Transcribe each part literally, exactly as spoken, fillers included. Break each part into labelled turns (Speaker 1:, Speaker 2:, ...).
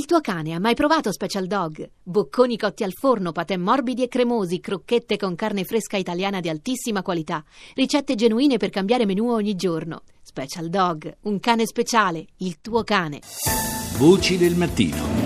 Speaker 1: tuo cane ha mai provato Special Dog? Bocconi cotti al forno, patè morbidi e cremosi, crocchette con carne fresca italiana di altissima qualità, ricette genuine per cambiare menù ogni giorno. Special Dog, un cane speciale, il tuo cane.
Speaker 2: Voci del mattino.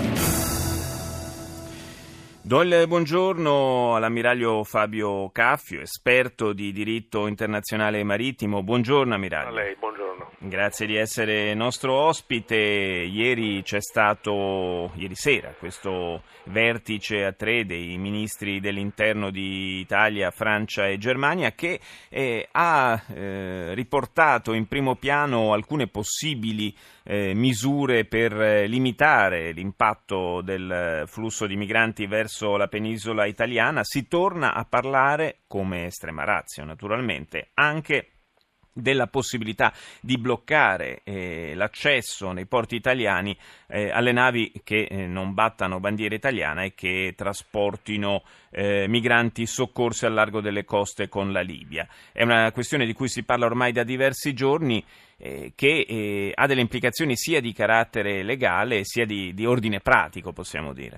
Speaker 3: Do il buongiorno all'ammiraglio Fabio Caffio, esperto di diritto internazionale marittimo. Buongiorno ammiraglio.
Speaker 4: A lei, buongiorno.
Speaker 3: Grazie di essere nostro ospite. Ieri c'è stato, ieri sera, questo vertice a tre dei ministri dell'interno di Italia, Francia e Germania che eh, ha eh, riportato in primo piano alcune possibili eh, misure per eh, limitare l'impatto del flusso di migranti verso la penisola italiana. Si torna a parlare, come estrema ratio naturalmente, anche della possibilità di bloccare eh, l'accesso nei porti italiani eh, alle navi che eh, non battano bandiera italiana e che trasportino eh, migranti soccorsi al largo delle coste con la Libia. È una questione di cui si parla ormai da diversi giorni eh, che eh, ha delle implicazioni sia di carattere legale sia di, di ordine pratico, possiamo dire.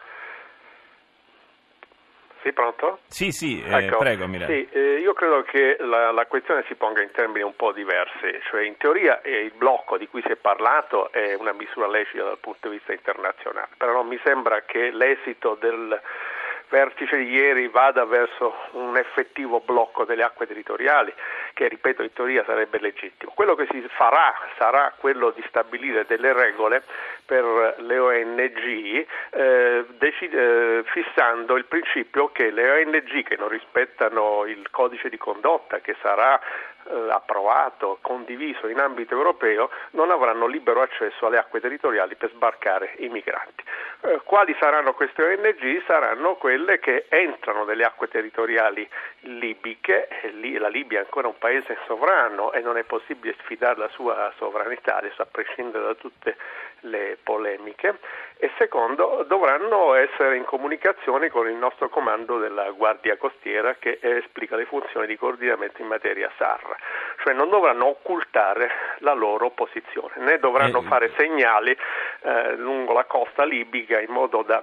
Speaker 4: Sì, pronto?
Speaker 3: Sì, sì, eh,
Speaker 4: ecco,
Speaker 3: prego Ammiraglio.
Speaker 4: Sì, eh, io credo che la, la questione si ponga in termini un po' diversi, cioè in teoria eh, il blocco di cui si è parlato è una misura lecita dal punto di vista internazionale, però non mi sembra che l'esito del vertice di ieri vada verso un effettivo blocco delle acque territoriali, che ripeto in teoria sarebbe legittimo. Quello che si farà sarà quello di stabilire delle regole per le O N G, eh, decid- eh, fissando il principio che le O N G che non rispettano il codice di condotta che sarà eh, approvato, condiviso in ambito europeo, non avranno libero accesso alle acque territoriali per sbarcare i migranti. Eh, quali saranno queste O N G? Saranno quelle che entrano nelle acque territoriali libiche, e lì la Libia è ancora un paese sovrano e non è possibile sfidare la sua sovranità, adesso a prescindere da tutte le polemiche, e secondo dovranno essere in comunicazione con il nostro comando della Guardia Costiera che esplica le funzioni di coordinamento in materia S A R, cioè non dovranno occultare la loro posizione, né dovranno eh, fare segnali eh, lungo la costa libica in modo da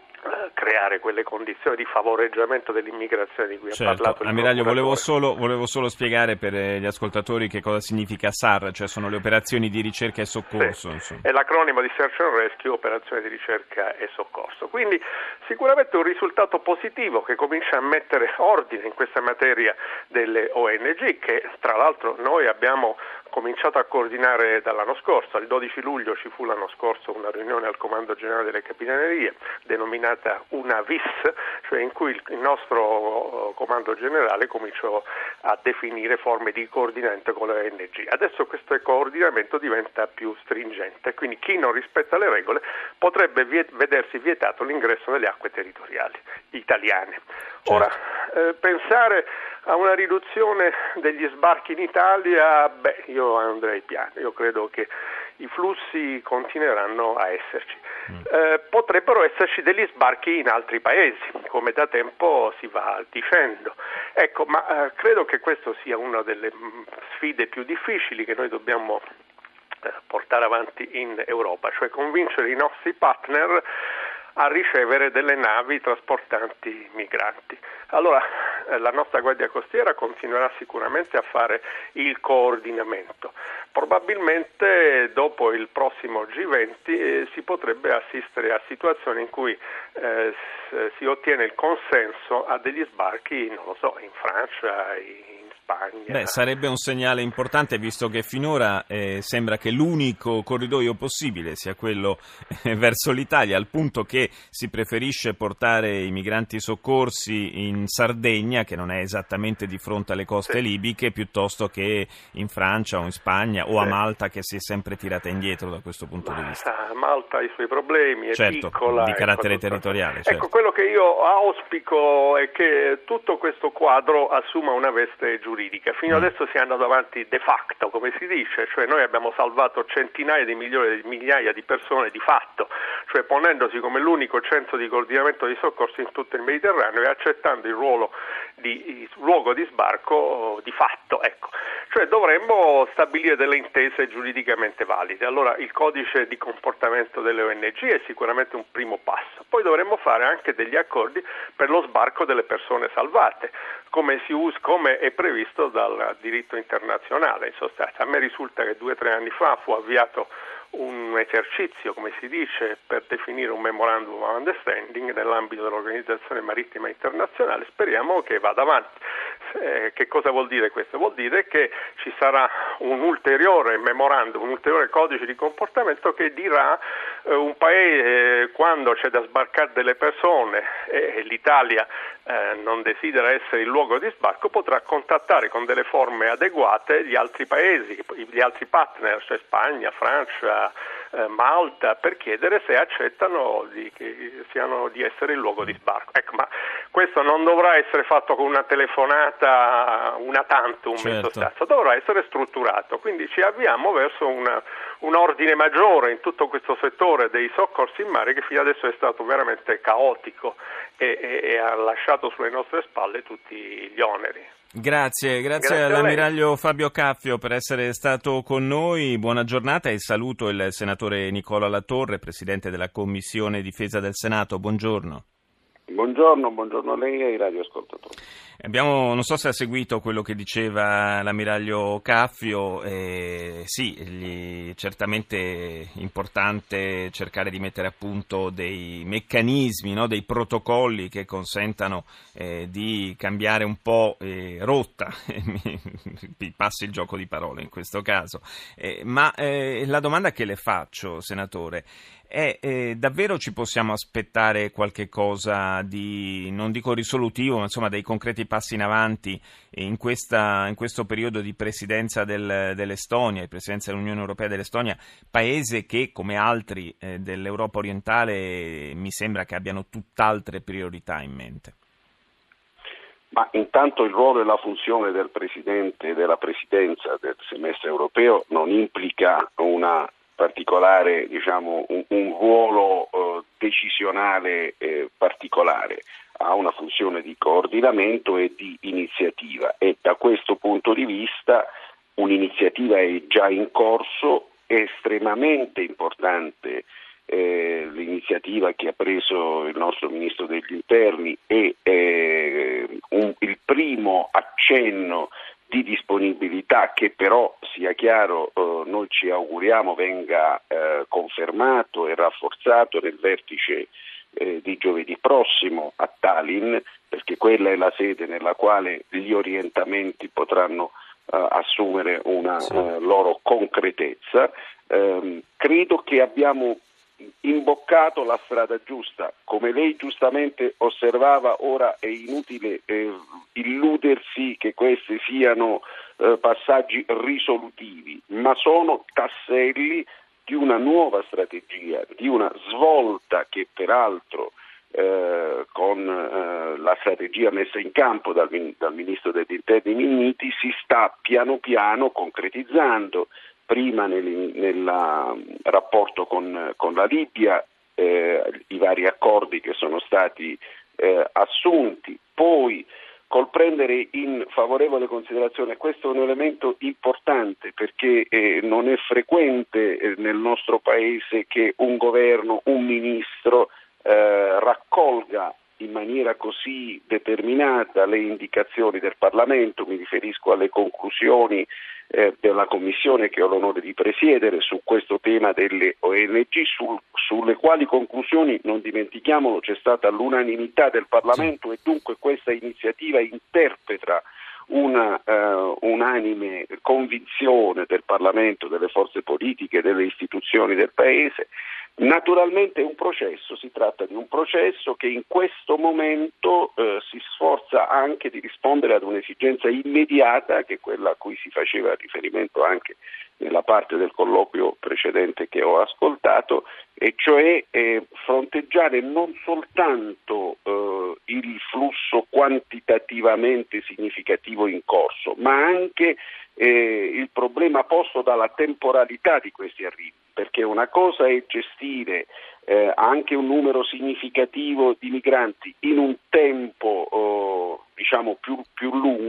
Speaker 4: creare quelle condizioni di favoreggiamento dell'immigrazione di cui
Speaker 3: certo,
Speaker 4: ha parlato il
Speaker 3: Ammiraglio, volevo solo, volevo solo spiegare per gli ascoltatori che cosa significa S A R, cioè sono le operazioni di ricerca e soccorso.
Speaker 4: Sì, è l'acronimo di Search and Rescue, operazioni di ricerca e soccorso. Quindi sicuramente un risultato positivo che comincia a mettere ordine in questa materia delle O N G, che tra l'altro noi abbiamo cominciato a coordinare dall'anno scorso. Il dodici luglio ci fu l'anno scorso una riunione al Comando Generale delle Capitanerie denominata una V I S, cioè in cui il nostro Comando Generale cominciò a definire forme di coordinamento con le O N G. Adesso questo coordinamento diventa più stringente, quindi chi non rispetta le regole potrebbe viet- vedersi vietato l'ingresso nelle acque territoriali italiane.
Speaker 3: Certo.
Speaker 4: Ora, eh, pensare a una riduzione degli sbarchi in Italia, beh, io andrei piano, io credo che i flussi continueranno a esserci. Mm. Eh, potrebbero esserci degli sbarchi in altri paesi, come da tempo si va dicendo. Ecco, ma eh, credo che questo sia una delle mh, sfide più difficili che noi dobbiamo eh, portare avanti in Europa, cioè convincere i nostri partner a ricevere delle navi trasportanti migranti. Allora, eh, la nostra Guardia Costiera continuerà sicuramente a fare il coordinamento. Probabilmente dopo il prossimo G venti eh, si potrebbe assistere a situazioni in cui eh, s- si ottiene il consenso a degli sbarchi, non lo so, in Francia, in Spagna.
Speaker 3: Beh, sarebbe un segnale importante, visto che finora eh, sembra che l'unico corridoio possibile sia quello eh, verso l'Italia, al punto che si preferisce portare i migranti soccorsi in Sardegna, che non è esattamente di fronte alle coste sì. libiche, piuttosto che in Francia o in Spagna o a Malta, che si è sempre tirata indietro da questo punto
Speaker 4: Ma,
Speaker 3: di vista.
Speaker 4: Malta ha i suoi problemi, è
Speaker 3: certo,
Speaker 4: piccola.
Speaker 3: di carattere
Speaker 4: ecco,
Speaker 3: territoriale.
Speaker 4: Ecco,
Speaker 3: certo.
Speaker 4: quello che io auspico è che tutto questo quadro assuma una veste giuridica. Fino mm. adesso si è andato avanti de facto, come si dice, cioè noi abbiamo salvato centinaia di migliaia, migliaia di persone di fatto, cioè ponendosi come l'unico centro di coordinamento di soccorso in tutto il Mediterraneo e accettando il ruolo di il luogo di sbarco di fatto. Ecco. cioè dovremmo stabilire delle intese giuridicamente valide. Allora il codice di comportamento delle O N G è sicuramente un primo passo, poi dovremmo fare anche degli accordi per lo sbarco delle persone salvate, come si usa, come è previsto dal diritto internazionale. In sostanza, a me risulta che due o tre anni fa fu avviato un esercizio, come si dice, per definire un memorandum of understanding nell'ambito dell'Organizzazione Marittima Internazionale. Speriamo che vada avanti. Eh, che cosa vuol dire questo? Vuol dire che ci sarà un ulteriore memorandum, un ulteriore codice di comportamento che dirà eh, un paese eh, quando c'è da sbarcare delle persone e eh, l'Italia eh, non desidera essere il luogo di sbarco, potrà contattare con delle forme adeguate gli altri paesi, gli altri partner, cioè Spagna, Francia, eh, Malta, per chiedere se accettano di, che siano, di essere il luogo di sbarco. Ecco, ma questo non dovrà essere fatto con una telefonata, una tantum, certo. In sostanza, dovrà essere strutturato, quindi ci avviamo verso una, un ordine maggiore in tutto questo settore dei soccorsi in mare che fino adesso è stato veramente caotico e, e, e ha lasciato sulle nostre spalle tutti gli oneri.
Speaker 3: Grazie, grazie, grazie all'ammiraglio Fabio Caffio per essere stato con noi, buona giornata e saluto il senatore Nicola Latorre, presidente della Commissione Difesa del Senato, buongiorno.
Speaker 5: Buongiorno, buongiorno a lei e ai radioascoltatori.
Speaker 3: Abbiamo, non so se ha seguito quello che diceva l'ammiraglio Caffio, eh, sì, gli, certamente importante cercare di mettere a punto dei meccanismi, no, dei protocolli che consentano eh, di cambiare un po' eh, rotta, mi passi il gioco di parole in questo caso, eh, ma eh, la domanda che le faccio, senatore, è eh, davvero ci possiamo aspettare qualche cosa di, non dico risolutivo, ma insomma dei concreti passi in avanti in, questa, in questo periodo di presidenza del, dell'Estonia, di presidenza dell'Unione Europea dell'Estonia, paese che come altri eh, dell'Europa orientale mi sembra che abbiano tutt'altre priorità in mente?
Speaker 5: Ma intanto il ruolo e la funzione del Presidente della Presidenza del semestre europeo non implica una particolare, diciamo, un, un ruolo eh, decisionale eh, particolare, ha una funzione di coordinamento e di iniziativa e da questo punto di vista un'iniziativa è già in corso, è estremamente importante eh, l'iniziativa che ha preso il nostro Ministro degli Interni e eh, un, il primo accenno di disponibilità che però, sia chiaro, eh, noi ci auguriamo venga eh, confermato e rafforzato nel vertice eh, di giovedì prossimo a Tallinn, perché quella è la sede nella quale gli orientamenti potranno eh, assumere una sì. eh, loro concretezza. Eh, credo che abbiamo imboccato la strada giusta. Come lei giustamente osservava, ora è inutile eh, illudersi che questi siano eh, passaggi risolutivi, ma sono tasselli di una nuova strategia, di una svolta che peraltro eh, con eh, la strategia messa in campo dal, dal Ministro degli Interni Minniti si sta piano piano concretizzando. Prima nel, nel rapporto con, con la Libia, eh, i vari accordi che sono stati eh, assunti, poi col prendere in favorevole considerazione, questo è un elemento importante perché eh, non è frequente eh, nel nostro Paese che un governo, un ministro eh, raccolga in maniera così determinata le indicazioni del Parlamento, mi riferisco alle conclusioni eh, della Commissione che ho l'onore di presiedere su questo tema delle O N G, sul, sulle quali conclusioni, non dimentichiamolo, c'è stata l'unanimità del Parlamento e dunque questa iniziativa interpreta una uh, unanime convinzione del Parlamento, delle forze politiche, delle istituzioni del Paese. Naturalmente è un processo, si tratta di un processo che in questo momento eh, si sforza anche di rispondere ad un'esigenza immediata, che è quella a cui si faceva riferimento anche nella parte del colloquio precedente che ho ascoltato, e cioè eh, fronteggiare non soltanto eh, il flusso quantitativamente significativo in corso, ma anche eh, il problema posto dalla temporalità di questi arrivi, perché una cosa è gestire eh, anche un numero significativo di migranti in un tempo eh, diciamo più, più lungo,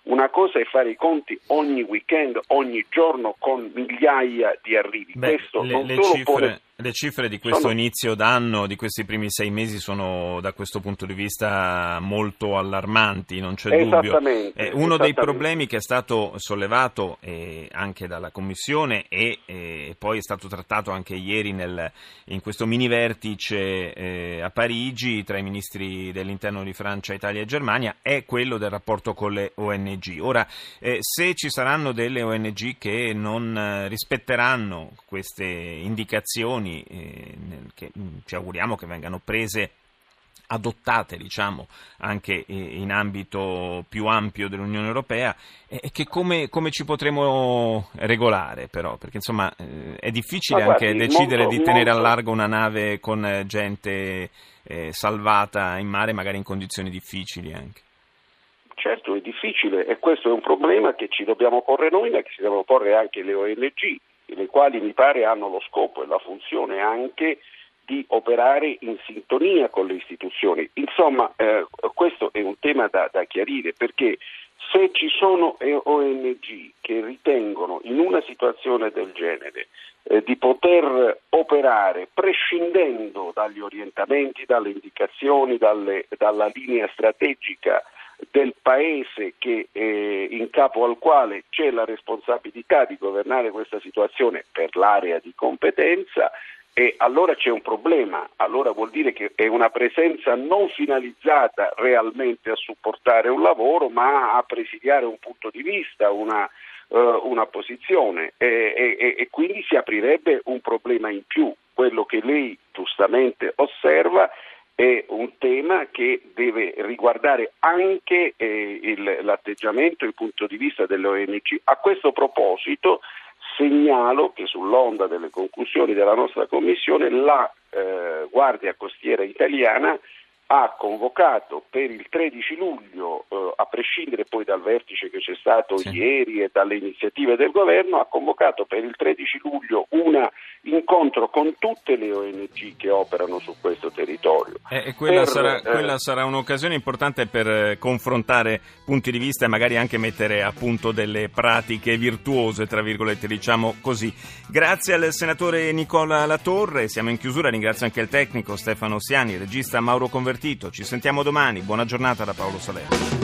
Speaker 5: Una cosa è fare i conti ogni weekend, ogni giorno con migliaia di arrivi.
Speaker 3: Beh,
Speaker 5: Questo
Speaker 3: le,
Speaker 5: non
Speaker 3: le,
Speaker 5: solo
Speaker 3: cifre,
Speaker 5: pone...
Speaker 3: le cifre di questo
Speaker 5: sono...
Speaker 3: inizio d'anno, di questi primi sei mesi, sono da questo punto di vista molto allarmanti, non c'è dubbio.
Speaker 5: Esattamente,
Speaker 3: Eh, uno
Speaker 5: esattamente.
Speaker 3: dei problemi che è stato sollevato eh, anche dalla Commissione e eh, poi è stato trattato anche ieri nel, in questo mini vertice eh, a Parigi tra i ministri dell'interno di Francia, Italia e Germania è quello del rapporto con le O N G. Ora, eh, se ci saranno delle O N G che non eh, rispetteranno queste indicazioni, eh, nel, che mh, ci auguriamo che vengano prese, adottate diciamo anche in ambito più ampio dell'Unione Europea, e che come, come ci potremo regolare però, perché insomma eh, è difficile
Speaker 5: Ma guardi,
Speaker 3: anche decidere
Speaker 5: molto,
Speaker 3: di tenere
Speaker 5: molto...
Speaker 3: a largo una nave con gente eh, salvata in mare magari in condizioni difficili anche.
Speaker 5: Certo, è difficile e questo è un problema che ci dobbiamo porre noi, ma che si devono porre anche le O N G, le quali mi pare hanno lo scopo e la funzione anche di operare in sintonia con le istituzioni. Insomma, eh, questo è un tema da, da chiarire, perché se ci sono O N G che ritengono in una situazione del genere eh, di poter operare prescindendo dagli orientamenti, dalle indicazioni, dalle, dalla linea strategica del paese che, eh, in capo al quale c'è la responsabilità di governare questa situazione per l'area di competenza, e allora c'è un problema, allora vuol dire che è una presenza non finalizzata realmente a supportare un lavoro, ma a presidiare un punto di vista, una, uh, una posizione, e, e, e quindi si aprirebbe un problema in più. Quello che lei giustamente osserva è un tema che deve riguardare anche eh, il, l'atteggiamento e il punto di vista delle O N G. A questo proposito segnalo che sull'onda delle conclusioni della nostra Commissione la eh, Guardia Costiera Italiana ha convocato per il tredici luglio, eh, a prescindere poi dal vertice che c'è stato sì. ieri e dalle iniziative del governo, ha convocato per il tredici luglio un incontro con tutte le O N G che operano su questo territorio.
Speaker 3: Eh, e quella,
Speaker 5: per,
Speaker 3: sarà,
Speaker 5: eh,
Speaker 3: quella sarà un'occasione importante per eh, confrontare punti di vista e magari anche mettere a punto delle pratiche virtuose, tra virgolette, diciamo così. Grazie al senatore Nicola Latorre, siamo in chiusura, ringrazio anche il tecnico Stefano Siani, il regista Mauro Convertito. Ci sentiamo domani, buona giornata da Paolo Salerno.